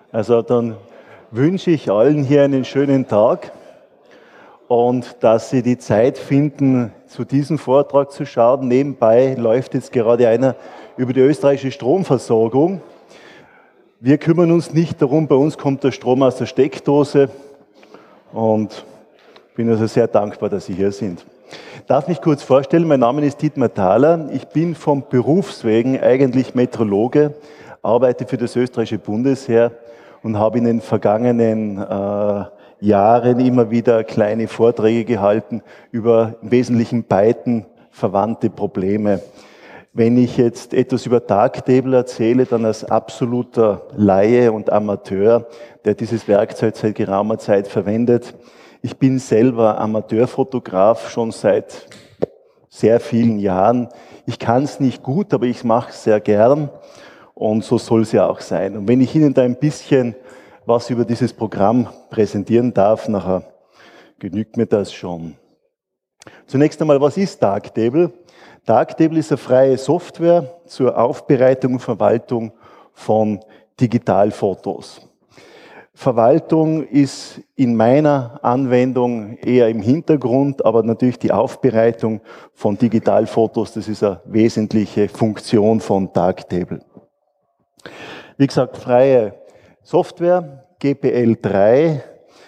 Also dann wünsche ich allen hier einen schönen Tag und dass Sie die Zeit finden, zu diesem Vortrag zu schauen. Nebenbei läuft jetzt gerade einer über die österreichische Stromversorgung. Wir kümmern uns nicht darum, bei uns kommt der Strom aus der Steckdose und bin also sehr dankbar, dass Sie hier sind. Ich darf mich kurz vorstellen, mein Name ist Dietmar Thaler. Ich bin vom Berufswegen eigentlich Meteorologe, arbeite für das österreichische Bundesheer und habe in den vergangenen Jahren immer wieder kleine Vorträge gehalten über im Wesentlichen beiden verwandte Probleme. Wenn ich jetzt etwas über Darktable erzähle, dann als absoluter Laie und Amateur, der dieses Werkzeug seit geraumer Zeit verwendet. Ich bin selber Amateurfotograf schon seit sehr vielen Jahren. Ich kann es nicht gut, aber ich mache es sehr gern und so soll es ja auch sein. Und wenn ich Ihnen da ein bisschen was über dieses Programm präsentieren darf, nachher genügt mir das schon. Zunächst einmal, was ist Darktable? Darktable ist eine freie Software zur Aufbereitung und Verwaltung von Digitalfotos. Verwaltung ist in meiner Anwendung eher im Hintergrund, aber natürlich die Aufbereitung von Digitalfotos, das ist eine wesentliche Funktion von Darktable. Wie gesagt, freie Software, GPL 3,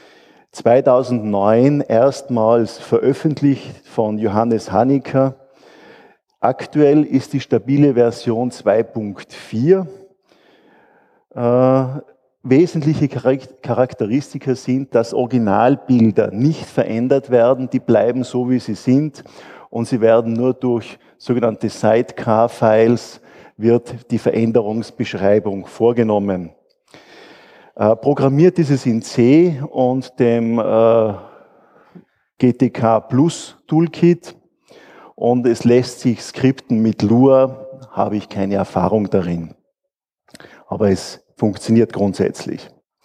2009 erstmals veröffentlicht von Johannes Haniker. Aktuell ist die stabile Version 2.4. Wesentliche Charakteristika sind, dass Originalbilder nicht verändert werden, die bleiben so, wie sie sind und sie werden nur durch sogenannte Sidecar-Files wird die Veränderungsbeschreibung vorgenommen. Programmiert ist es in C und dem GTK Plus Toolkit und es lässt sich skripten mit Lua, habe ich keine Erfahrung darin, aber es funktioniert grundsätzlich.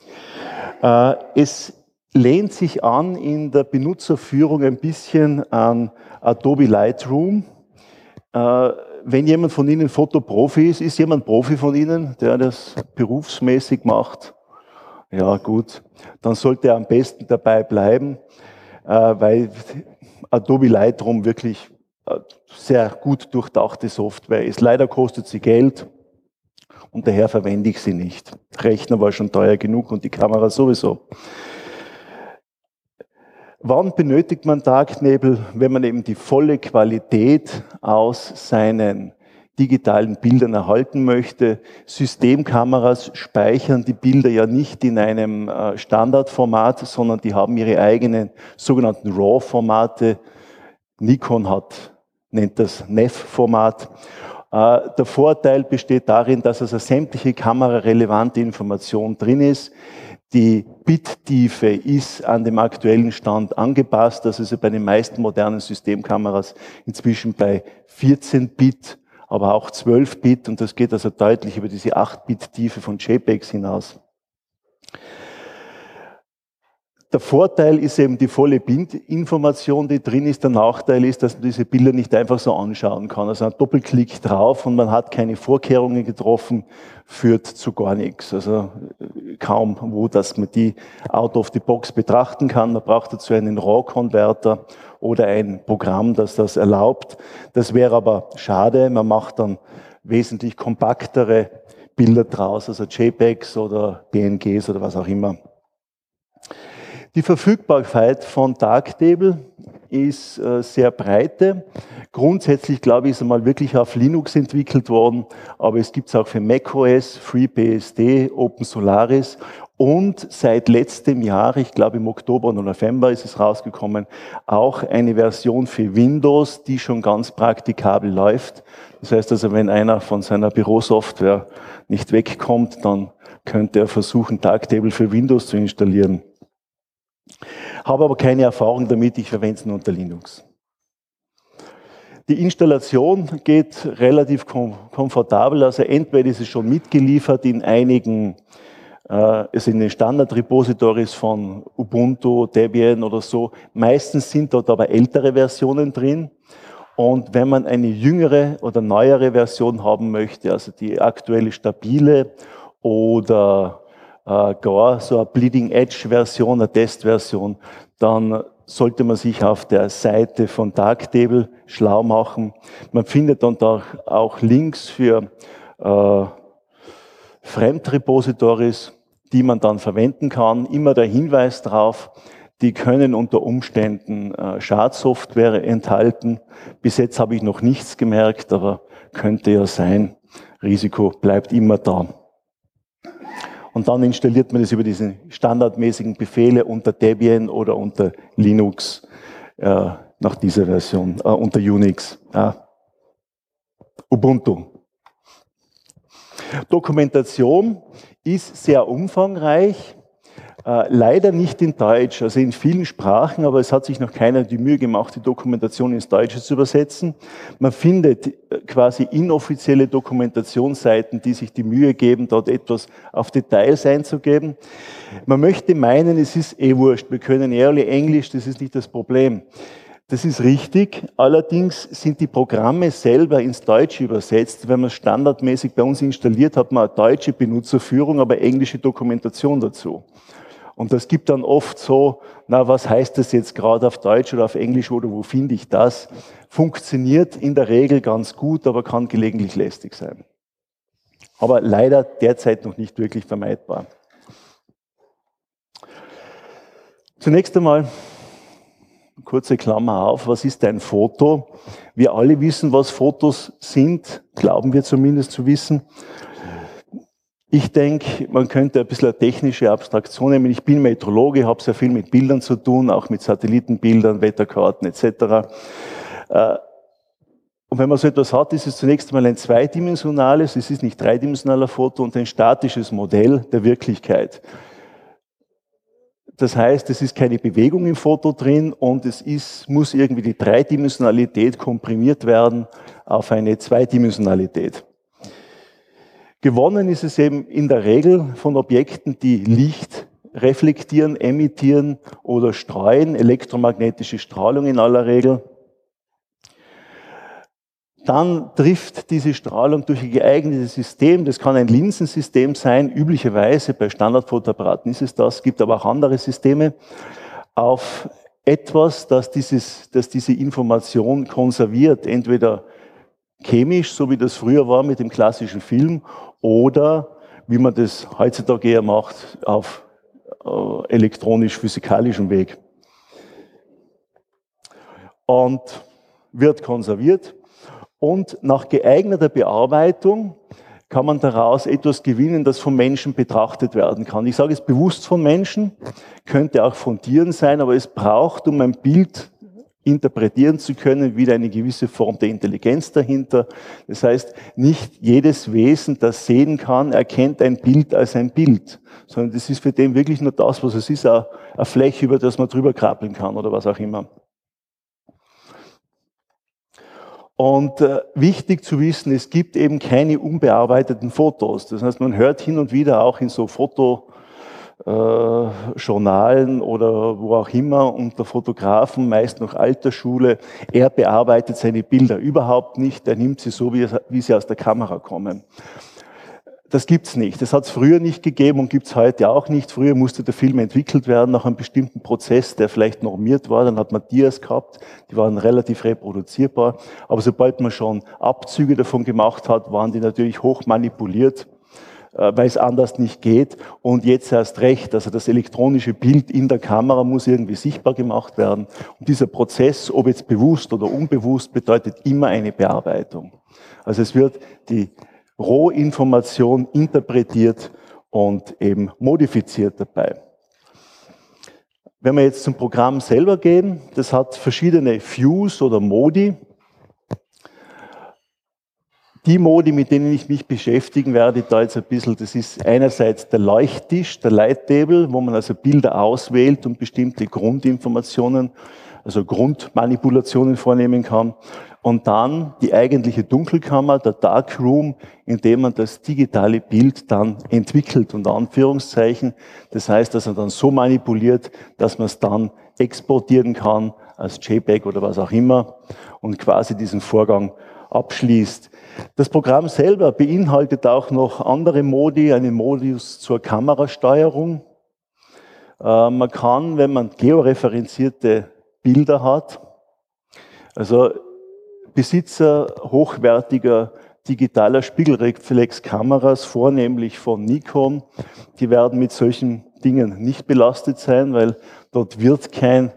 Es lehnt sich an in der Benutzerführung ein bisschen an Adobe Lightroom. Wenn jemand von Ihnen Fotoprofi ist jemand Profi von Ihnen, der das berufsmäßig macht? Ja, gut. Dann sollte er am besten dabei bleiben, weil Adobe Lightroom wirklich sehr gut durchdachte Software ist. Leider kostet sie Geld. Und daher verwende ich sie nicht. Der Rechner war schon teuer genug und die Kamera sowieso. Wann benötigt man Darktable? Wenn man eben die volle Qualität aus seinen digitalen Bildern erhalten möchte. Systemkameras speichern die Bilder ja nicht in einem Standardformat, sondern die haben ihre eigenen sogenannten RAW-Formate. Nikon nennt das NEF-Format. Der Vorteil besteht darin, dass also sämtliche kamerarelevante Information drin ist. Die Bittiefe ist an dem aktuellen Stand angepasst. Das ist bei den meisten modernen Systemkameras inzwischen bei 14 Bit, aber auch 12 Bit. Und das geht also deutlich über diese 8-Bit-Tiefe von JPEGs hinaus. Der Vorteil ist eben die volle Bildinformation, die drin ist. Der Nachteil ist, dass man diese Bilder nicht einfach so anschauen kann. Also ein Doppelklick drauf und man hat keine Vorkehrungen getroffen, führt zu gar nichts. Also kaum wo, dass man die out of the box betrachten kann. Man braucht dazu einen RAW-Converter oder ein Programm, das das erlaubt. Das wäre aber schade. Man macht dann wesentlich kompaktere Bilder draus, also JPEGs oder PNGs oder was auch immer. Die Verfügbarkeit von Darktable ist sehr breite. Grundsätzlich, glaube ich, ist einmal wirklich auf Linux entwickelt worden, aber es gibt es auch für macOS, FreeBSD, OpenSolaris und seit letztem Jahr, ich glaube im Oktober oder November ist es rausgekommen, auch eine Version für Windows, die schon ganz praktikabel läuft. Das heißt also, wenn einer von seiner Bürosoftware nicht wegkommt, dann könnte er versuchen, Darktable für Windows zu installieren. Habe aber keine Erfahrung damit, ich verwende es nur unter Linux. Die Installation geht relativ komfortabel, also entweder ist es schon mitgeliefert in einigen, also in den Standard-Repositories von Ubuntu, Debian oder so. Meistens sind dort aber ältere Versionen drin. Und wenn man eine jüngere oder neuere Version haben möchte, also die aktuelle stabile oder gar so eine Bleeding-Edge-Version, eine Testversion, dann sollte man sich auf der Seite von Darktable schlau machen. Man findet dann auch Links für Fremdrepositories, die man dann verwenden kann. Immer der Hinweis darauf, die können unter Umständen Schadsoftware enthalten. Bis jetzt habe ich noch nichts gemerkt, aber könnte ja sein. Risiko bleibt immer da. Und dann installiert man das über diese standardmäßigen Befehle unter Debian oder unter Linux, nach dieser Version, unter Unix, Ubuntu. Dokumentation ist sehr umfangreich, leider nicht in Deutsch, also in vielen Sprachen, aber es hat sich noch keiner die Mühe gemacht, die Dokumentation ins Deutsche zu übersetzen. Man findet quasi inoffizielle Dokumentationsseiten, die sich die Mühe geben, dort etwas auf Details einzugeben. Man möchte meinen, es ist wurscht, wir können alle Englisch, das ist nicht das Problem. Das ist richtig, allerdings sind die Programme selber ins Deutsche übersetzt. Wenn man es standardmäßig bei uns installiert, hat man eine deutsche Benutzerführung, aber englische Dokumentation dazu. Und das gibt dann oft so, na, was heißt das jetzt gerade auf Deutsch oder auf Englisch oder wo finde ich das? Funktioniert in der Regel ganz gut, aber kann gelegentlich lästig sein. Aber leider derzeit noch nicht wirklich vermeidbar. Zunächst einmal, kurze Klammer auf, was ist ein Foto? Wir alle wissen, was Fotos sind, glauben wir zumindest zu wissen. Ich denke, man könnte ein bisschen eine technische Abstraktion nehmen. Ich bin Meteorologe, habe sehr viel mit Bildern zu tun, auch mit Satellitenbildern, Wetterkarten etc. Und wenn man so etwas hat, ist es zunächst einmal ein zweidimensionales, es ist nicht dreidimensionaler Foto und ein statisches Modell der Wirklichkeit. Das heißt, es ist keine Bewegung im Foto drin und muss irgendwie die Dreidimensionalität komprimiert werden auf eine Zweidimensionalität. Gewonnen ist es eben in der Regel von Objekten, die Licht reflektieren, emittieren oder streuen, elektromagnetische Strahlung in aller Regel. Dann trifft diese Strahlung durch ein geeignetes System, das kann ein Linsensystem sein, üblicherweise bei Standardfotoapparaten ist es das, gibt aber auch andere Systeme, auf etwas, das diese Information konserviert, entweder chemisch, so wie das früher war mit dem klassischen Film, oder, wie man das heutzutage eher macht, auf elektronisch-physikalischem Weg. Und wird konserviert. Und nach geeigneter Bearbeitung kann man daraus etwas gewinnen, das vom Menschen betrachtet werden kann. Ich sage es bewusst von Menschen, könnte auch von Tieren sein, aber es braucht, um ein Bild interpretieren zu können, wieder eine gewisse Form der Intelligenz dahinter. Das heißt, nicht jedes Wesen, das sehen kann, erkennt ein Bild als ein Bild, sondern das ist für den wirklich nur das, was es ist, eine Fläche, über das man drüber krabbeln kann oder was auch immer. Und wichtig zu wissen, es gibt eben keine unbearbeiteten Fotos. Das heißt, man hört hin und wieder auch in so Fotojournalen oder wo auch immer unter Fotografen, meist noch alter Schule, er bearbeitet seine Bilder überhaupt nicht, er nimmt sie so, wie sie aus der Kamera kommen. Das gibt's nicht. Das hat's früher nicht gegeben und gibt's heute auch nicht. Früher musste der Film entwickelt werden nach einem bestimmten Prozess, der vielleicht normiert war. Dann hat man Dias gehabt, die waren relativ reproduzierbar. Aber sobald man schon Abzüge davon gemacht hat, waren die natürlich hoch manipuliert, weil es anders nicht geht. Und jetzt erst recht, also das elektronische Bild in der Kamera muss irgendwie sichtbar gemacht werden. Und dieser Prozess, ob jetzt bewusst oder unbewusst, bedeutet immer eine Bearbeitung. Also es wird die Rohinformation interpretiert und eben modifiziert dabei. Wenn wir jetzt zum Programm selber gehen, das hat verschiedene Views oder Modi. Die Modi, mit denen ich mich beschäftigen werde, da jetzt ein bisschen, das ist einerseits der Leuchttisch, der Light Table, wo man also Bilder auswählt und bestimmte Grundinformationen, also Grundmanipulationen vornehmen kann. Und dann die eigentliche Dunkelkammer, der Darkroom, in dem man das digitale Bild dann entwickelt, unter Anführungszeichen. Das heißt, dass man dann so manipuliert, dass man es dann exportieren kann als JPEG oder was auch immer und quasi diesen Vorgang abschließt. Das Programm selber beinhaltet auch noch andere Modi, einen Modus zur Kamerasteuerung. Man kann, wenn man georeferenzierte Bilder hat, also Besitzer hochwertiger digitaler Spiegelreflexkameras, vornehmlich von Nikon, die werden mit solchen Dingen nicht belastet sein, weil dort wird keine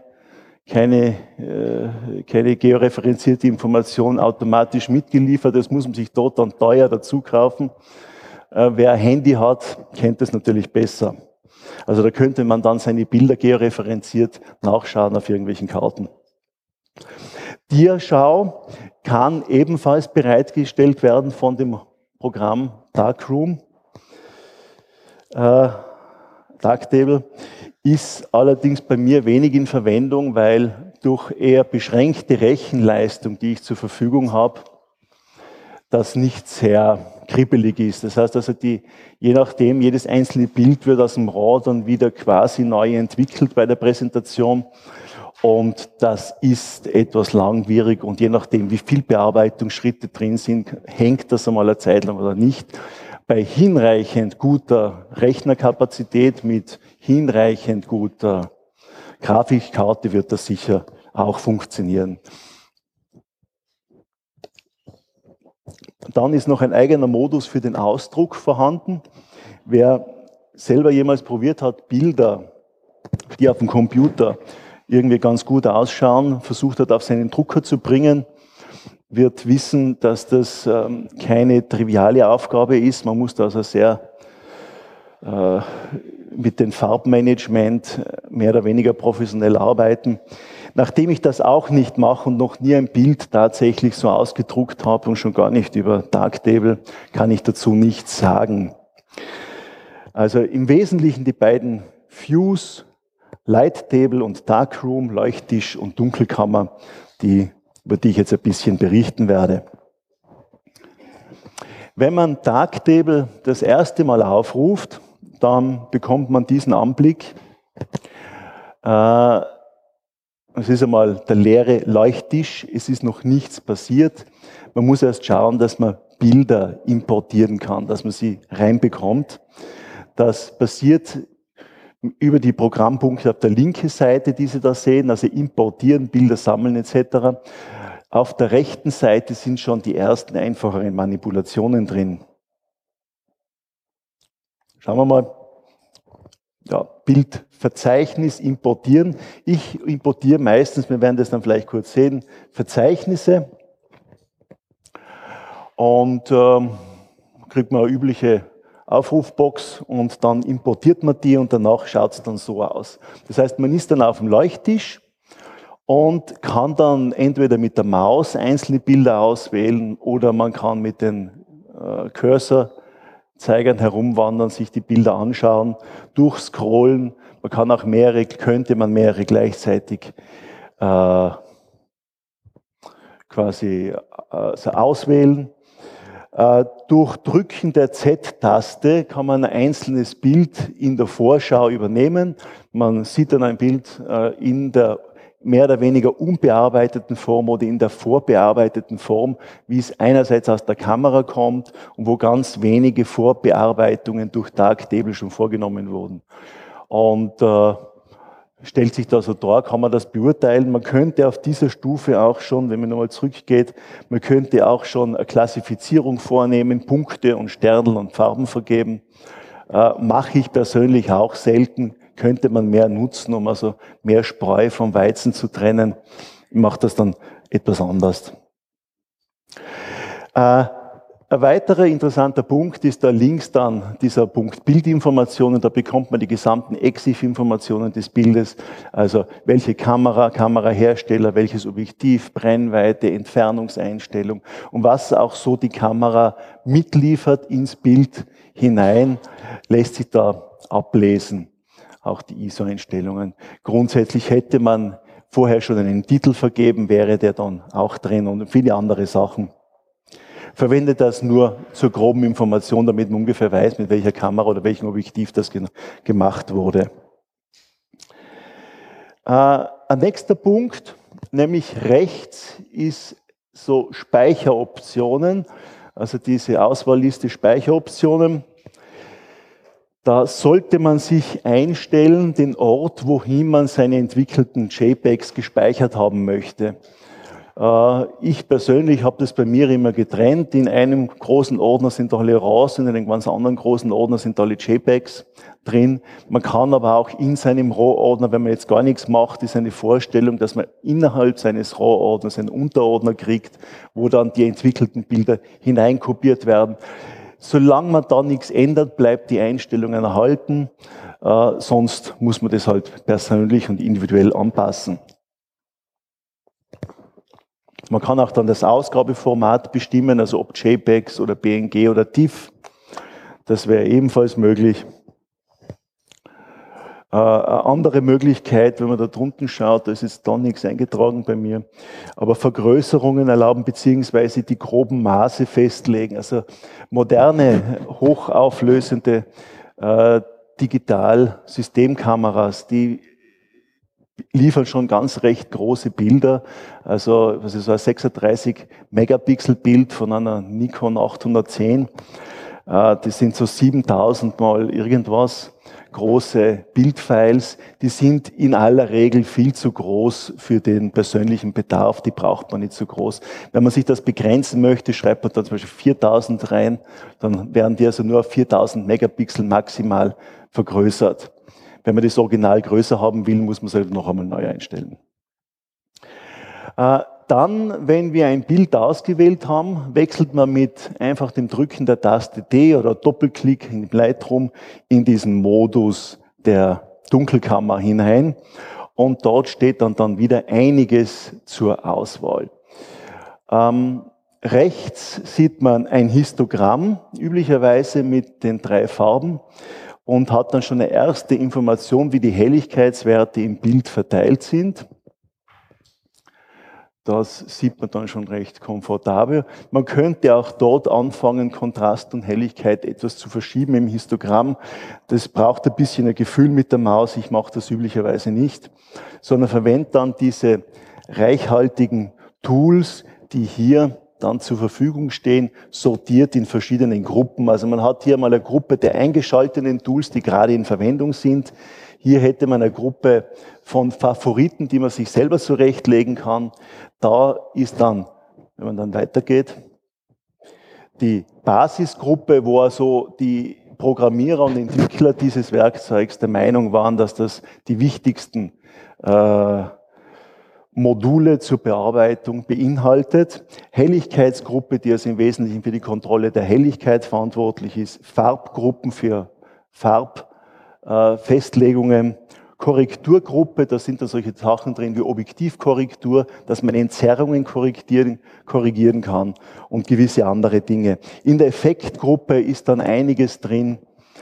georeferenzierte Information automatisch mitgeliefert. Das muss man sich dort dann teuer dazu kaufen. Wer ein Handy hat, kennt das natürlich besser. Also da könnte man dann seine Bilder georeferenziert nachschauen auf irgendwelchen Karten. Diaschau kann ebenfalls bereitgestellt werden von dem Programm Darkroom. Darktable ist allerdings bei mir wenig in Verwendung, weil durch eher beschränkte Rechenleistung, die ich zur Verfügung habe, das nicht sehr kribbelig ist. Das heißt also, je nachdem, jedes einzelne Bild wird aus dem RAW dann wieder quasi neu entwickelt bei der Präsentation. Und das ist etwas langwierig und je nachdem, wie viel Bearbeitungsschritte drin sind, hängt das einmal eine Zeit lang oder nicht. Bei hinreichend guter Rechnerkapazität mit hinreichend guter Grafikkarte wird das sicher auch funktionieren. Dann ist noch ein eigener Modus für den Ausdruck vorhanden. Wer selber jemals probiert hat, Bilder, die auf dem Computer irgendwie ganz gut ausschauen, versucht hat, auf seinen Drucker zu bringen, wird wissen, dass das keine triviale Aufgabe ist. Man muss da also sehr mit dem Farbmanagement mehr oder weniger professionell arbeiten. Nachdem ich das auch nicht mache und noch nie ein Bild tatsächlich so ausgedruckt habe und schon gar nicht über Darktable, kann ich dazu nichts sagen. Also im Wesentlichen die beiden Views, Light Table und Darkroom, Leuchttisch und Dunkelkammer, über die ich jetzt ein bisschen berichten werde. Wenn man Darktable das erste Mal aufruft, dann bekommt man diesen Anblick. Es ist einmal der leere Leuchttisch, es ist noch nichts passiert. Man muss erst schauen, dass man Bilder importieren kann, dass man sie reinbekommt. Das passiert über die Programmpunkte auf der linken Seite, die Sie da sehen, also importieren, Bilder sammeln etc. Auf der rechten Seite sind schon die ersten einfacheren Manipulationen drin. Schauen wir mal. Ja, Bildverzeichnis importieren. Ich importiere meistens, wir werden das dann vielleicht kurz sehen, Verzeichnisse und kriegt man eine übliche Aufrufbox und dann importiert man die und danach schaut es dann so aus. Das heißt, man ist dann auf dem Leuchttisch und kann dann entweder mit der Maus einzelne Bilder auswählen oder man kann mit den Cursor-Zeigern herumwandern, sich die Bilder anschauen, durchscrollen. Man kann auch könnte man mehrere gleichzeitig quasi auswählen. Durch Drücken der Z-Taste kann man ein einzelnes Bild in der Vorschau übernehmen. Man sieht dann ein Bild in der mehr oder weniger unbearbeiteten Form oder in der vorbearbeiteten Form, wie es einerseits aus der Kamera kommt und wo ganz wenige Vorbearbeitungen durch Darktable schon vorgenommen wurden. Und stellt sich da so dar, kann man das beurteilen. Man könnte auf dieser Stufe auch schon, wenn man nochmal zurückgeht, man könnte auch schon eine Klassifizierung vornehmen, Punkte und Sternl und Farben vergeben. Mache ich persönlich auch selten, könnte man mehr nutzen, um also mehr Spreu vom Weizen zu trennen. Ich mache das dann etwas anders. Ein weiterer interessanter Punkt ist da links dann dieser Punkt Bildinformationen. Da bekommt man die gesamten EXIF-Informationen des Bildes, also welche Kamera, Kamerahersteller, welches Objektiv, Brennweite, Entfernungseinstellung und was auch so die Kamera mitliefert ins Bild hinein, lässt sich da ablesen, auch die ISO-Einstellungen. Grundsätzlich hätte man vorher schon einen Titel vergeben, wäre der dann auch drin und viele andere Sachen. Verwende das nur zur groben Information, damit man ungefähr weiß, mit welcher Kamera oder welchem Objektiv das gemacht wurde. Ein nächster Punkt, nämlich rechts ist so Speicheroptionen, also diese Auswahlliste Speicheroptionen. Da sollte man sich einstellen, den Ort, wohin man seine entwickelten JPEGs gespeichert haben möchte. Ich persönlich habe das bei mir immer getrennt. In einem großen Ordner sind alle RAWs und in einem ganz anderen großen Ordner sind alle JPEGs drin. Man kann aber auch in seinem RAW-Ordner, wenn man jetzt gar nichts macht, ist eine Vorstellung, dass man innerhalb seines RAW-Ordners einen Unterordner kriegt, wo dann die entwickelten Bilder hineinkopiert werden. Solange man da nichts ändert, bleibt die Einstellung erhalten. Sonst muss man das halt persönlich und individuell anpassen. Man kann auch dann das Ausgabeformat bestimmen, also ob JPEGs oder PNG oder TIFF. Das wäre ebenfalls möglich. Eine andere Möglichkeit, wenn man da drunten schaut, da ist jetzt da nichts eingetragen bei mir, aber Vergrößerungen erlauben beziehungsweise die groben Maße festlegen. Also moderne, hochauflösende Digital-Systemkameras, die liefern schon ganz recht große Bilder. Also was ist so ein 36 Megapixel Bild von einer Nikon 810. Das sind so 7000 mal irgendwas große Bildfiles. Die sind in aller Regel viel zu groß für den persönlichen Bedarf. Die braucht man nicht so groß. Wenn man sich das begrenzen möchte, schreibt man da zum Beispiel 4000 rein. Dann werden die also nur auf 4000 Megapixel maximal vergrößert. Wenn man das Original größer haben will, muss man es halt noch einmal neu einstellen. Dann, wenn wir ein Bild ausgewählt haben, wechselt man mit einfach dem Drücken der Taste D oder Doppelklick in Lightroom in diesen Modus der Dunkelkammer hinein. Und dort steht dann wieder einiges zur Auswahl. Rechts sieht man ein Histogramm, üblicherweise mit den 3 Farben, und hat dann schon eine erste Information, wie die Helligkeitswerte im Bild verteilt sind. Das sieht man dann schon recht komfortabel. Man könnte auch dort anfangen, Kontrast und Helligkeit etwas zu verschieben im Histogramm. Das braucht ein bisschen ein Gefühl mit der Maus. Ich mache das üblicherweise nicht, sondern verwende dann diese reichhaltigen Tools, die hier dann zur Verfügung stehen, sortiert in verschiedenen Gruppen. Also man hat hier mal eine Gruppe der eingeschalteten Tools, die gerade in Verwendung sind. Hier hätte man eine Gruppe von Favoriten, die man sich selber zurechtlegen kann. Da ist dann, wenn man dann weitergeht, die Basisgruppe, wo also die Programmierer und Entwickler dieses Werkzeugs der Meinung waren, dass das die wichtigsten Module zur Bearbeitung beinhaltet. Helligkeitsgruppe, die also im Wesentlichen für die Kontrolle der Helligkeit verantwortlich ist. Farbgruppen für Farbfestlegungen. Korrekturgruppe, da sind dann solche Sachen drin wie Objektivkorrektur, dass man Entzerrungen korrigieren kann und gewisse andere Dinge. In der Effektgruppe ist dann einiges drin,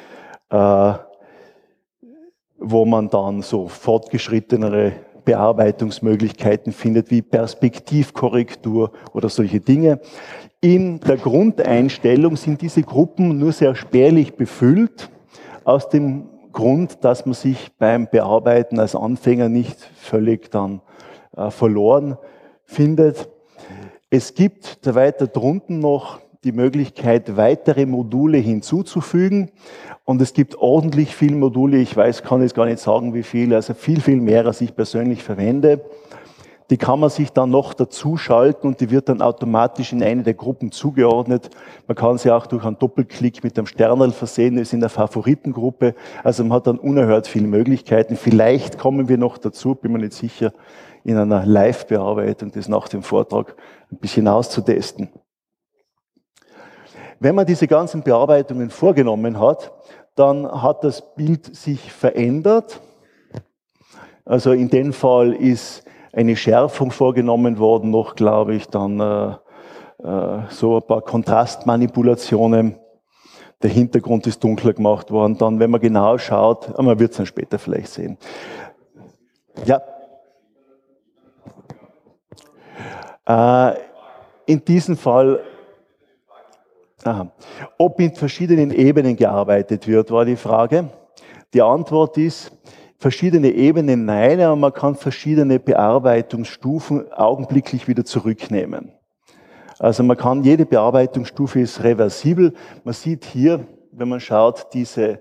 wo man dann so fortgeschrittenere Bearbeitungsmöglichkeiten findet, wie Perspektivkorrektur oder solche Dinge. In der Grundeinstellung sind diese Gruppen nur sehr spärlich befüllt, aus dem Grund, dass man sich beim Bearbeiten als Anfänger nicht völlig dann verloren findet. Es gibt da weiter drunten noch die Möglichkeit, weitere Module hinzuzufügen. Und es gibt ordentlich viele Module, ich weiß, kann jetzt gar nicht sagen, wie viele, also viel, viel mehr, als ich persönlich verwende. Die kann man sich dann noch dazu schalten und die wird dann automatisch in eine der Gruppen zugeordnet. Man kann sie auch durch einen Doppelklick mit einem Sternerl versehen, ist in der Favoritengruppe. Also man hat dann unerhört viele Möglichkeiten. Vielleicht kommen wir noch dazu, bin mir nicht sicher, in einer Live-Bearbeitung das nach dem Vortrag ein bisschen auszutesten. Wenn man diese ganzen Bearbeitungen vorgenommen hat, dann hat das Bild sich verändert. Also in dem Fall ist eine Schärfung vorgenommen worden, noch glaube ich, dann so ein paar Kontrastmanipulationen. Der Hintergrund ist dunkler gemacht worden. Dann, wenn man genau schaut, man wird es dann später vielleicht sehen. Ja. In diesem Fall, ob mit verschiedenen Ebenen gearbeitet wird, war die Frage. Die Antwort ist, verschiedene Ebenen, nein, aber man kann verschiedene Bearbeitungsstufen augenblicklich wieder zurücknehmen. Also man kann, jede Bearbeitungsstufe ist reversibel. Man sieht hier, wenn man schaut, diese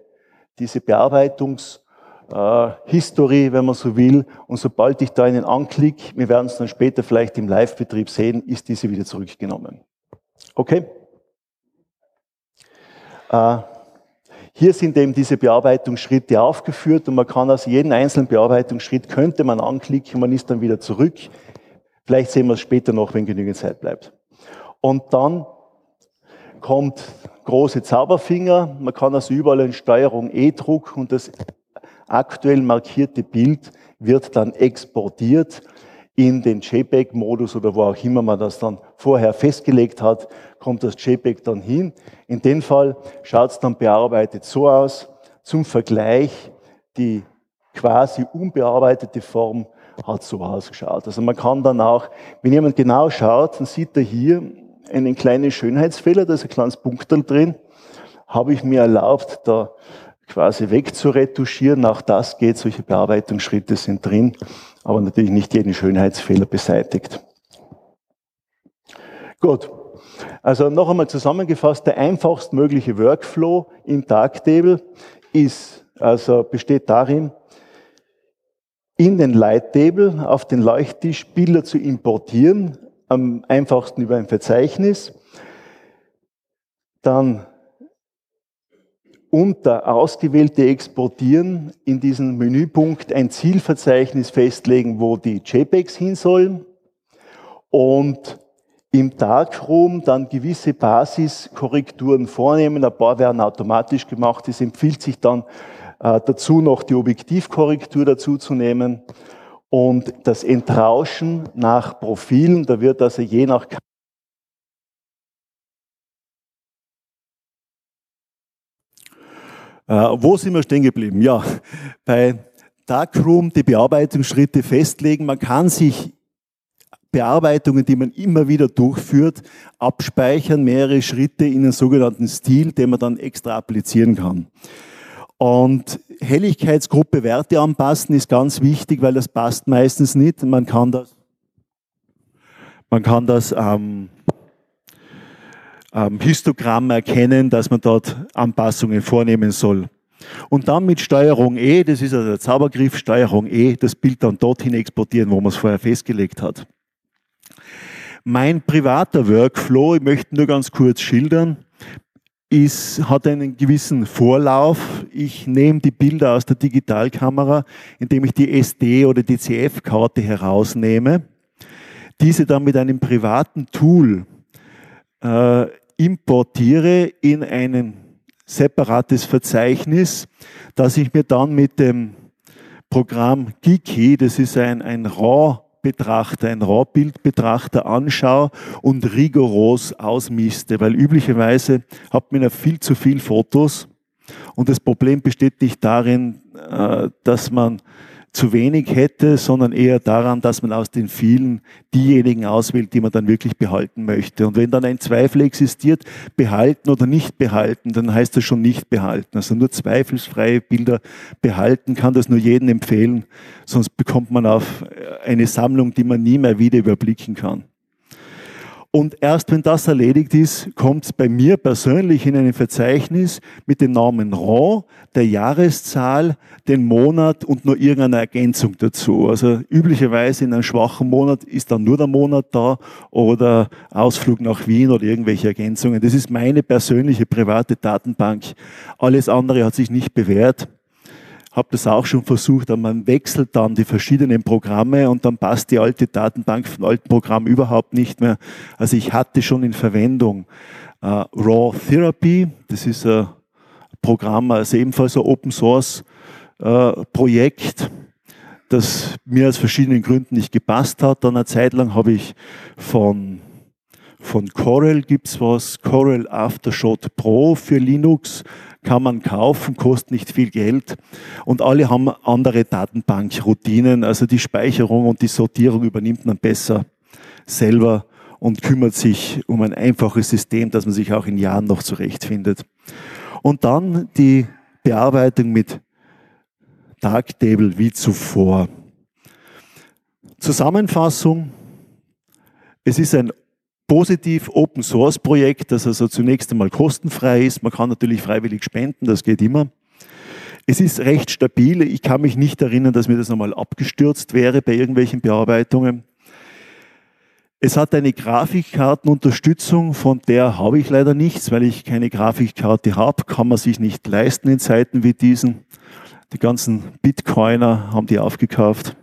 Bearbeitungshistorie, wenn man so will. Und sobald ich da einen anklicke, wir werden es dann später vielleicht im Live-Betrieb sehen, ist diese wieder zurückgenommen. Okay? Hier sind eben diese Bearbeitungsschritte aufgeführt und man kann also jeden einzelnen Bearbeitungsschritt könnte man anklicken, man ist dann wieder zurück. Vielleicht sehen wir es später noch, wenn genügend Zeit bleibt. Und dann kommt große Zauberfinger. Man kann also überall einen Steuerung E drucken und das aktuell markierte Bild wird dann exportiert in den JPEG-Modus oder wo auch immer man das dann vorher festgelegt hat, kommt das JPEG dann hin. In dem Fall schaut es dann bearbeitet so aus. Zum Vergleich, die quasi unbearbeitete Form hat so ausgeschaut. Also man kann dann auch, wenn jemand genau schaut, dann sieht er hier einen kleinen Schönheitsfehler, da ist ein kleines Punkterl drin. Habe ich mir erlaubt, da quasi wegzuretuschieren. Auch das geht, solche Bearbeitungsschritte sind drin, aber natürlich nicht jeden Schönheitsfehler beseitigt. Gut, also noch einmal zusammengefasst, der einfachst mögliche Workflow im Darktable besteht darin, in den Light-Table auf den Leuchttisch Bilder zu importieren, am einfachsten über ein Verzeichnis, dann unter ausgewählte Exportieren in diesem Menüpunkt ein Zielverzeichnis festlegen, wo die JPEGs hin sollen und im Darkroom dann gewisse Basiskorrekturen vornehmen. Ein paar werden automatisch gemacht. Es empfiehlt sich dann dazu noch die Objektivkorrektur dazu zu nehmen und das Entrauschen nach Profilen. Da wird also je nach wo sind wir stehen geblieben? Ja, bei Darkroom die Bearbeitungsschritte festlegen. Man kann sich Bearbeitungen, die man immer wieder durchführt, abspeichern, mehrere Schritte in einen sogenannten Stil, den man dann extra applizieren kann. Und Helligkeitsgruppe Werte anpassen ist ganz wichtig, weil das passt meistens nicht. Man kann das Histogramm erkennen, dass man dort Anpassungen vornehmen soll. Und dann mit Steuerung E, das ist also der Zaubergriff, Steuerung E, das Bild dann dorthin exportieren, wo man es vorher festgelegt hat. Mein privater Workflow, ich möchte nur ganz kurz schildern, hat einen gewissen Vorlauf. Ich nehme die Bilder aus der Digitalkamera, indem ich die SD- oder die CF-Karte herausnehme, diese dann mit einem privaten Tool importiere in ein separates Verzeichnis, das ich mir dann mit dem Programm Geeky, das ist ein RAW-Betrachter, ein RAW-Bildbetrachter anschaue und rigoros ausmiste, weil üblicherweise hat man ja viel zu viele Fotos und das Problem besteht nicht darin, dass man zu wenig hätte, sondern eher daran, dass man aus den vielen diejenigen auswählt, die man dann wirklich behalten möchte. Und wenn dann ein Zweifel existiert, behalten oder nicht behalten, dann heißt das schon nicht behalten. Also nur zweifelsfreie Bilder behalten, kann das nur jedem empfehlen, sonst bekommt man auf eine Sammlung, die man nie mehr wieder überblicken kann. Und erst wenn das erledigt ist, kommt es bei mir persönlich in ein Verzeichnis mit dem Namen RAW, der Jahreszahl, den Monat und nur irgendeine Ergänzung dazu. Also üblicherweise in einem schwachen Monat ist dann nur der Monat da oder Ausflug nach Wien oder irgendwelche Ergänzungen. Das ist meine persönliche private Datenbank. Alles andere hat sich nicht bewährt. Habe das auch schon versucht, aber man wechselt dann die verschiedenen Programme und dann passt die alte Datenbank von alten Programmen überhaupt nicht mehr. Also ich hatte schon in Verwendung Raw Therapy, das ist ein Programm, also ebenfalls ein Open Source Projekt, das mir aus verschiedenen Gründen nicht gepasst hat. Dann eine Zeit lang habe ich von Corel gibt's was, Corel Aftershot Pro für Linux, kann man kaufen, kostet nicht viel Geld und alle haben andere Datenbankroutinen, also die Speicherung und die Sortierung übernimmt man besser selber und kümmert sich um ein einfaches System, das man sich auch in Jahren noch zurechtfindet. Und dann die Bearbeitung mit Darktable wie zuvor. Zusammenfassung: Es ist ein positiv Open Source Projekt, das also zunächst einmal kostenfrei ist. Man kann natürlich freiwillig spenden, das geht immer. Es ist recht stabil. Ich kann mich nicht erinnern, dass mir das einmal abgestürzt wäre bei irgendwelchen Bearbeitungen. Es hat eine Grafikkartenunterstützung, von der habe ich leider nichts, weil ich keine Grafikkarte habe. Kann man sich nicht leisten in Zeiten wie diesen. Die ganzen Bitcoiner haben die aufgekauft.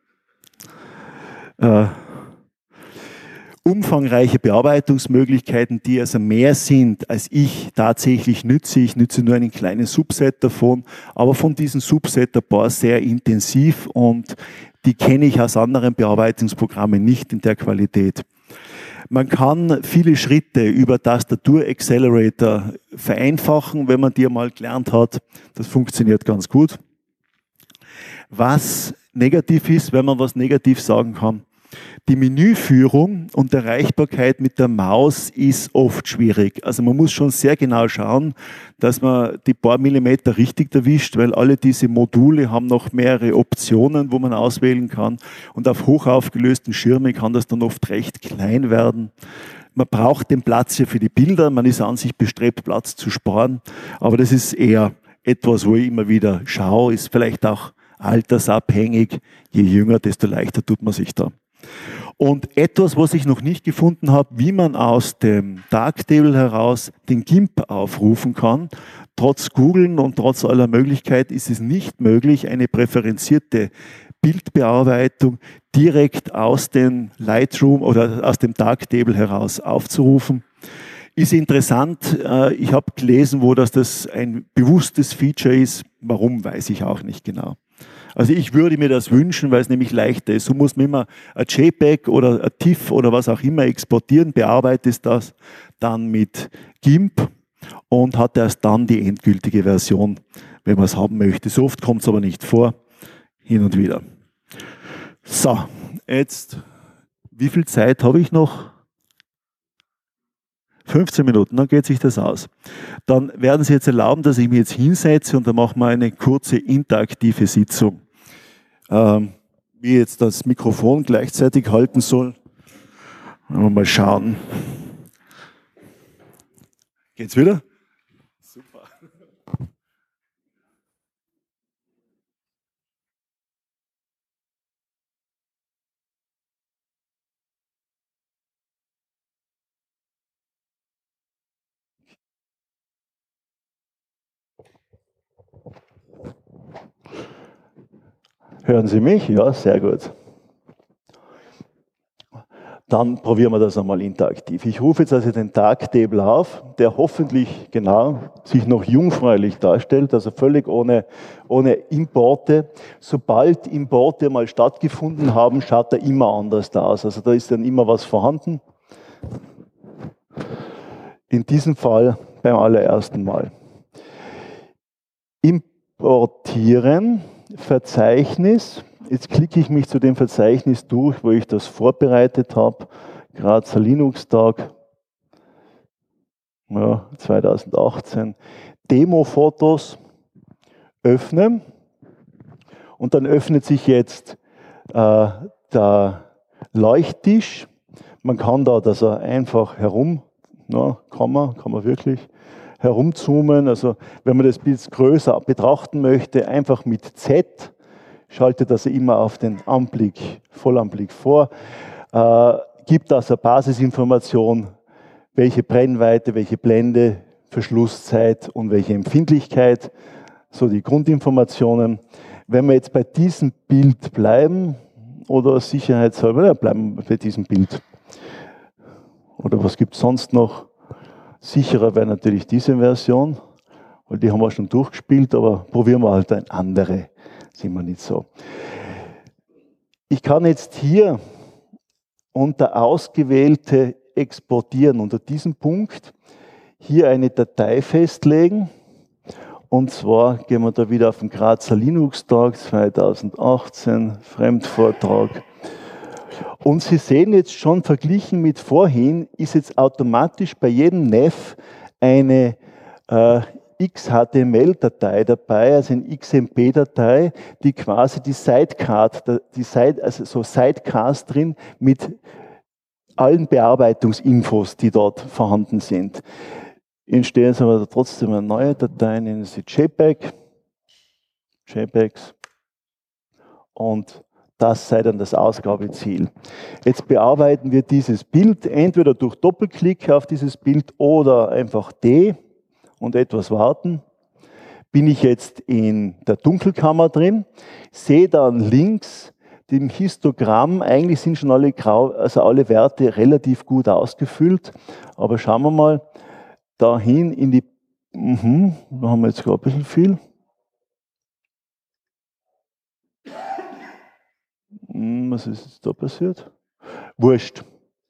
Umfangreiche Bearbeitungsmöglichkeiten, die also mehr sind, als ich tatsächlich nütze. Ich nütze nur einen kleinen Subset davon, aber von diesem Subset ein paar sehr intensiv und die kenne ich aus anderen Bearbeitungsprogrammen nicht in der Qualität. Man kann viele Schritte über Tastatur Accelerator vereinfachen, wenn man die einmal gelernt hat. Das funktioniert ganz gut. Was negativ ist, wenn man was negativ sagen kann: Die Menüführung und Erreichbarkeit mit der Maus ist oft schwierig. Also man muss schon sehr genau schauen, dass man die paar Millimeter richtig erwischt, weil alle diese Module haben noch mehrere Optionen, wo man auswählen kann. Und auf hochaufgelösten Schirmen kann das dann oft recht klein werden. Man braucht den Platz ja für die Bilder. Man ist an sich bestrebt, Platz zu sparen. Aber das ist eher etwas, wo ich immer wieder schaue, ist vielleicht auch altersabhängig. Je jünger, desto leichter tut man sich da. Und etwas, was ich noch nicht gefunden habe, wie man aus dem Darktable heraus den GIMP aufrufen kann. Trotz Googlen und trotz aller Möglichkeiten ist es nicht möglich, eine präferenzierte Bildbearbeitung direkt aus dem Lightroom oder aus dem Darktable heraus aufzurufen. Ist interessant. Ich habe gelesen, wo das ein bewusstes Feature ist. Warum, weiß ich auch nicht genau. Also ich würde mir das wünschen, weil es nämlich leichter ist. So muss man immer ein JPEG oder ein TIFF oder was auch immer exportieren, bearbeitet das dann mit GIMP und hat erst dann die endgültige Version, wenn man es haben möchte. So oft kommt es aber nicht vor, hin und wieder. So, jetzt, wie viel Zeit habe ich noch? 15 Minuten, dann geht sich das aus. Dann werden Sie jetzt erlauben, dass ich mich jetzt hinsetze und dann machen wir eine kurze interaktive Sitzung. Wie jetzt das Mikrofon gleichzeitig halten soll, wollen wir mal schauen. Geht's wieder? Super. Hören Sie mich? Ja, sehr gut. Dann probieren wir das einmal interaktiv. Ich rufe jetzt also den Darktable auf, der hoffentlich genau sich noch jungfräulich darstellt, also völlig ohne Importe. Sobald Importe mal stattgefunden haben, schaut er immer anders aus. Also da ist dann immer was vorhanden. In diesem Fall beim allerersten Mal. Importieren, Verzeichnis. Jetzt klicke ich mich zu dem Verzeichnis durch, wo ich das vorbereitet habe. Grazer Linux-Tag, ja, 2018. Demo-Fotos öffnen. Und dann öffnet sich jetzt der Leuchttisch. Man kann da das einfach herum, kann man wirklich herumzoomen. Also wenn man das Bild größer betrachten möchte, einfach mit Z, schaltet das immer auf den Anblick, Vollanblick vor, gibt also Basisinformation, welche Brennweite, welche Blende, Verschlusszeit und welche Empfindlichkeit, so die Grundinformationen. Wenn wir jetzt bei diesem Bild bleiben, oder sicherheitshalber, ja, bleiben wir bei diesem Bild. Oder was gibt es sonst noch? Sicherer wäre natürlich diese Version, weil die haben wir schon durchgespielt, aber probieren wir halt eine andere, sind wir nicht so. Ich kann jetzt hier unter Ausgewählte exportieren, unter diesem Punkt hier eine Datei festlegen. Und zwar gehen wir da wieder auf den Grazer Linux-Tag 2018, Fremdvortrag. Und Sie sehen jetzt schon, verglichen mit vorhin, ist jetzt automatisch bei jedem NEF eine XHTML-Datei dabei, also eine XMP-Datei, die quasi die Sidecast, also so Sidecast drin mit allen Bearbeitungsinfos, die dort vorhanden sind. Entstehen jetzt aber trotzdem eine neue Datei, nennen sie JPEGs. Und das sei dann das Ausgabeziel. Jetzt bearbeiten wir dieses Bild entweder durch Doppelklick auf dieses Bild oder einfach D und etwas warten. Bin ich jetzt in der Dunkelkammer drin, sehe dann links dem Histogramm, eigentlich sind schon alle Werte relativ gut ausgefüllt, aber schauen wir mal dahin in die, da haben wir jetzt gerade ein bisschen viel. Was ist jetzt da passiert? Wurscht.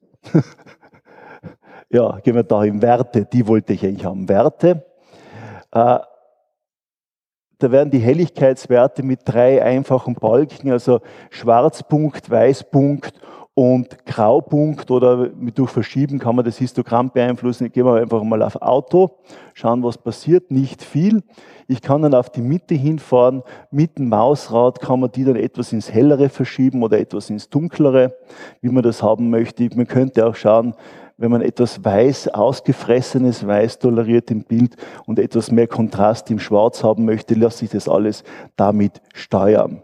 Ja, gehen wir da in Werte, die wollte ich eigentlich haben. Werte. Da werden die Helligkeitswerte mit 3 einfachen Balken, also Schwarzpunkt, Weißpunkt und Graupunkt oder durch Verschieben kann man das Histogramm beeinflussen. Gehen wir einfach mal auf Auto, schauen, was passiert. Nicht viel. Ich kann dann auf die Mitte hinfahren. Mit dem Mausrad kann man die dann etwas ins Hellere verschieben oder etwas ins Dunklere, wie man das haben möchte. Man könnte auch schauen, wenn man etwas weiß, ausgefressenes Weiß toleriert im Bild und etwas mehr Kontrast im Schwarz haben möchte, lässt sich das alles damit steuern.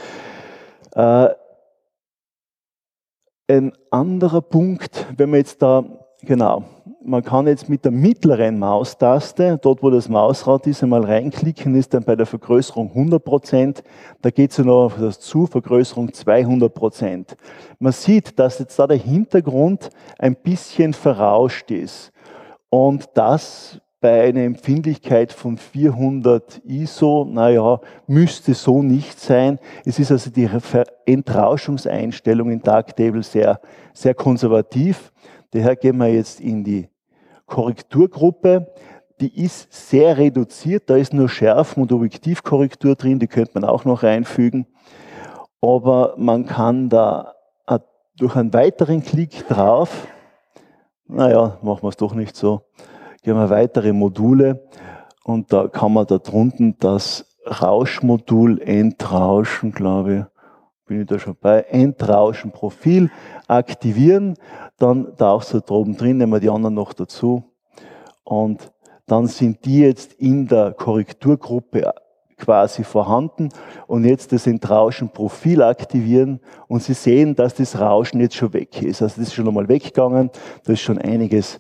Ein anderer Punkt, wenn man jetzt da, genau, man kann jetzt mit der mittleren Maustaste, dort wo das Mausrad ist, einmal reinklicken, ist dann bei der Vergrößerung 100%, da geht es ja noch auf das zu, Vergrößerung 200%. Man sieht, dass jetzt da der Hintergrund ein bisschen verrauscht ist und das bei einer Empfindlichkeit von 400 ISO, naja, müsste so nicht sein. Es ist also die Entrauschungseinstellung in Darktable sehr, sehr konservativ. Daher gehen wir jetzt in die Korrekturgruppe. Die ist sehr reduziert, da ist nur Schärfen- und Objektivkorrektur drin, die könnte man auch noch reinfügen. Aber man kann da durch einen weiteren Klick drauf, naja, machen wir es doch nicht so, gehen wir weitere Module und da kann man da drunten das Rauschmodul Entrauschen, glaube ich, bin ich da schon bei, Entrauschen Profil aktivieren, dann taucht es da oben drin, nehmen wir die anderen noch dazu und dann sind die jetzt in der Korrekturgruppe quasi vorhanden und jetzt das Entrauschen Profil aktivieren und Sie sehen, dass das Rauschen jetzt schon weg ist. Also das ist schon einmal weggegangen, da ist schon einiges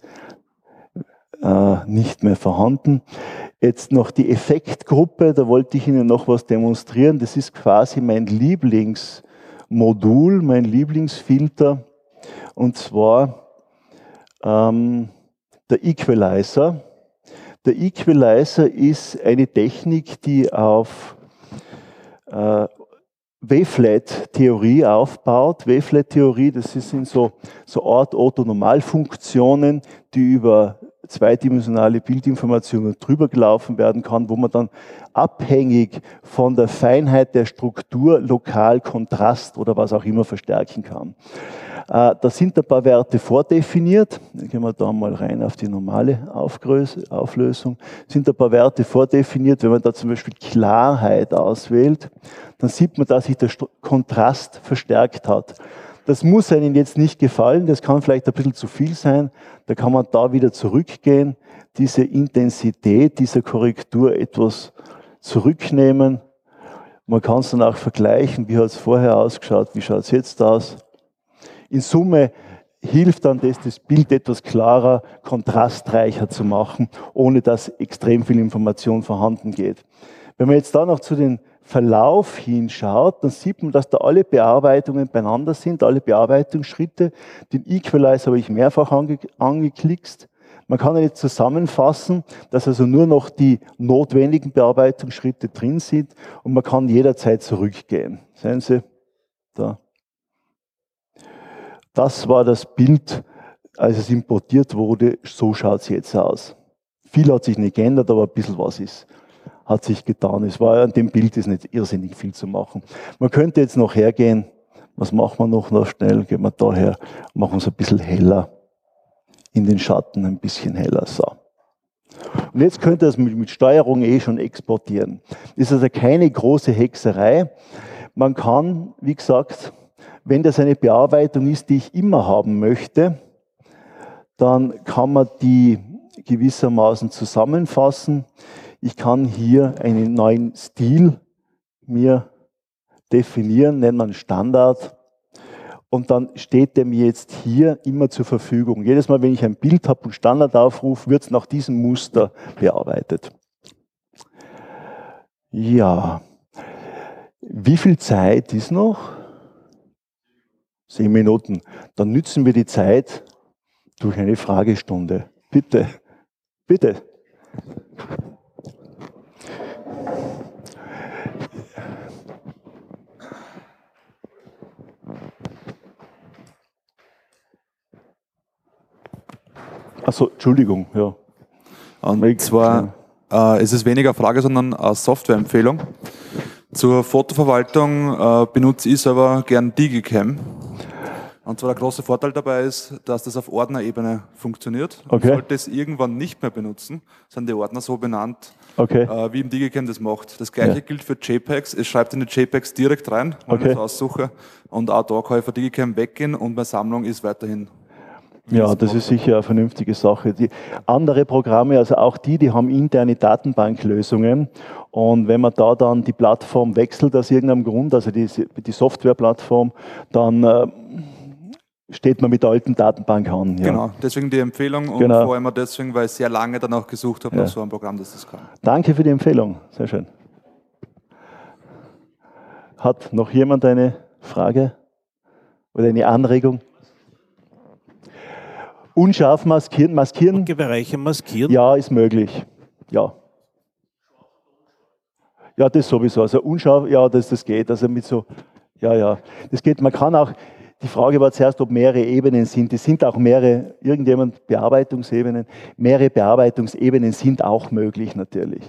nicht mehr vorhanden. Jetzt noch die Effektgruppe, da wollte ich Ihnen noch was demonstrieren. Das ist quasi mein Lieblingsmodul, mein Lieblingsfilter, und zwar der Equalizer. Der Equalizer ist eine Technik, die auf Wavelet-Theorie aufbaut. Wavelet-Theorie, das sind so Orthonormalfunktionen, die über zweidimensionale Bildinformationen drüber gelaufen werden kann, wo man dann abhängig von der Feinheit der Struktur lokal Kontrast oder was auch immer verstärken kann. Da sind ein paar Werte vordefiniert. Dann gehen wir da mal rein auf die normale Auflösung. Sind ein paar Werte vordefiniert. Wenn man da zum Beispiel Klarheit auswählt, dann sieht man, dass sich der Kontrast verstärkt hat. Das muss einem jetzt nicht gefallen, das kann vielleicht ein bisschen zu viel sein. Da kann man da wieder zurückgehen, diese Intensität dieser Korrektur etwas zurücknehmen. Man kann es dann auch vergleichen, wie hat es vorher ausgeschaut, wie schaut es jetzt aus. In Summe hilft dann das Bild etwas klarer, kontrastreicher zu machen, ohne dass extrem viel Information vorhanden geht. Wenn man jetzt da noch zu den Verlauf hinschaut, dann sieht man, dass da alle Bearbeitungen beieinander sind, alle Bearbeitungsschritte. Den Equalizer habe ich mehrfach angeklickt. Man kann ihn jetzt zusammenfassen, dass also nur noch die notwendigen Bearbeitungsschritte drin sind und man kann jederzeit zurückgehen. Sehen Sie, da. Das war das Bild, als es importiert wurde. So schaut es jetzt aus. Viel hat sich nicht geändert, aber ein bisschen was hat sich getan. Es war an dem Bild ist nicht irrsinnig viel zu machen. Man könnte jetzt noch hergehen. Was machen wir noch schnell? Gehen wir da her, machen es ein bisschen heller. In den Schatten ein bisschen heller. So. Und jetzt könnt ihr das mit Steuerung schon exportieren. Das ist also keine große Hexerei. Man kann, wie gesagt, wenn das eine Bearbeitung ist, die ich immer haben möchte, dann kann man die gewissermaßen zusammenfassen. Ich kann hier einen neuen Stil mir definieren, nennt man Standard. Und dann steht der mir jetzt hier immer zur Verfügung. Jedes Mal, wenn ich ein Bild habe und Standard aufrufe, wird es nach diesem Muster bearbeitet. Ja, wie viel Zeit ist noch? 10 Minuten. Dann nützen wir die Zeit durch eine Fragestunde. Bitte, bitte. Achso, Entschuldigung, ja. Und zwar ist es weniger Frage, sondern eine Softwareempfehlung. Zur Fotoverwaltung benutze ich selber gern Digicam. Und zwar der große Vorteil dabei ist, dass das auf Ordnerebene funktioniert. Okay. Sollte es irgendwann nicht mehr benutzen, sind die Ordner so benannt, Okay. wie im Digicam das macht. Das gleiche gilt für JPEGs. Es schreibt in die JPEGs direkt rein, wenn ich das aussuche. Und auch da kann ich von Digicam weggehen und meine Sammlung ist weiterhin. Ja, das ist sicher eine vernünftige Sache. Die andere Programme, also auch die haben interne Datenbanklösungen. Und wenn man da dann die Plattform wechselt aus irgendeinem Grund, also die Softwareplattform, dann steht man mit der alten Datenbank an. Ja. Genau, deswegen die Empfehlung und vor allem deswegen, weil ich sehr lange danach gesucht habe nach so einem Programm, das das kann. Danke für die Empfehlung, sehr schön. Hat noch jemand eine Frage oder eine Anregung? Unscharf maskieren? Bereiche maskieren? Ja, ist möglich. Ja. Ja, das sowieso. Also unscharf, ja, das geht. Also mit so, ja, das geht. Man kann auch, die Frage war zuerst, ob mehrere Ebenen sind. Es sind auch mehrere, Bearbeitungsebenen. Mehrere Bearbeitungsebenen sind auch möglich, natürlich.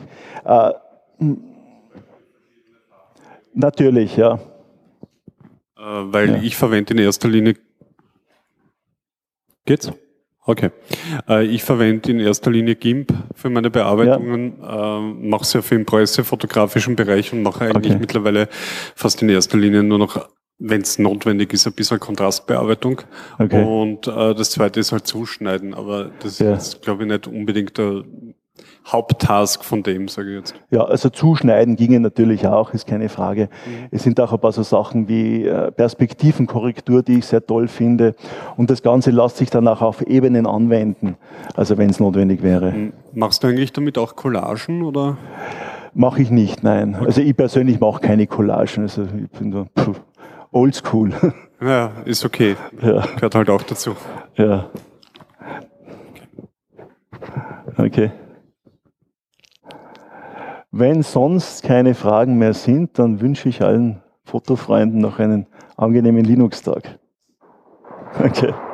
Natürlich, ja. Weil ich verwende in erster Linie. Geht's? Okay. Ich verwende in erster Linie GIMP für meine Bearbeitungen, mache sehr viel im pressefotografischen Bereich und mache eigentlich mittlerweile fast in erster Linie nur noch, wenn es notwendig ist, ein bisschen Kontrastbearbeitung. Okay. Und das zweite ist halt Zuschneiden, aber das ist, glaube ich, nicht unbedingt der Haupttask von dem, sage ich jetzt. Ja, also zuschneiden ginge natürlich auch, ist keine Frage. Es sind auch ein paar so Sachen wie Perspektivenkorrektur, die ich sehr toll finde. Und das Ganze lässt sich dann auch auf Ebenen anwenden, also wenn es notwendig wäre. Machst du eigentlich damit auch Collagen, oder? Mache ich nicht, nein. Okay. Also ich persönlich mache keine Collagen, also ich bin da oldschool. Ja, ist okay. Ja. Gehört halt auch dazu. Ja. Okay. Wenn sonst keine Fragen mehr sind, dann wünsche ich allen Fotofreunden noch einen angenehmen Linux-Tag. Okay.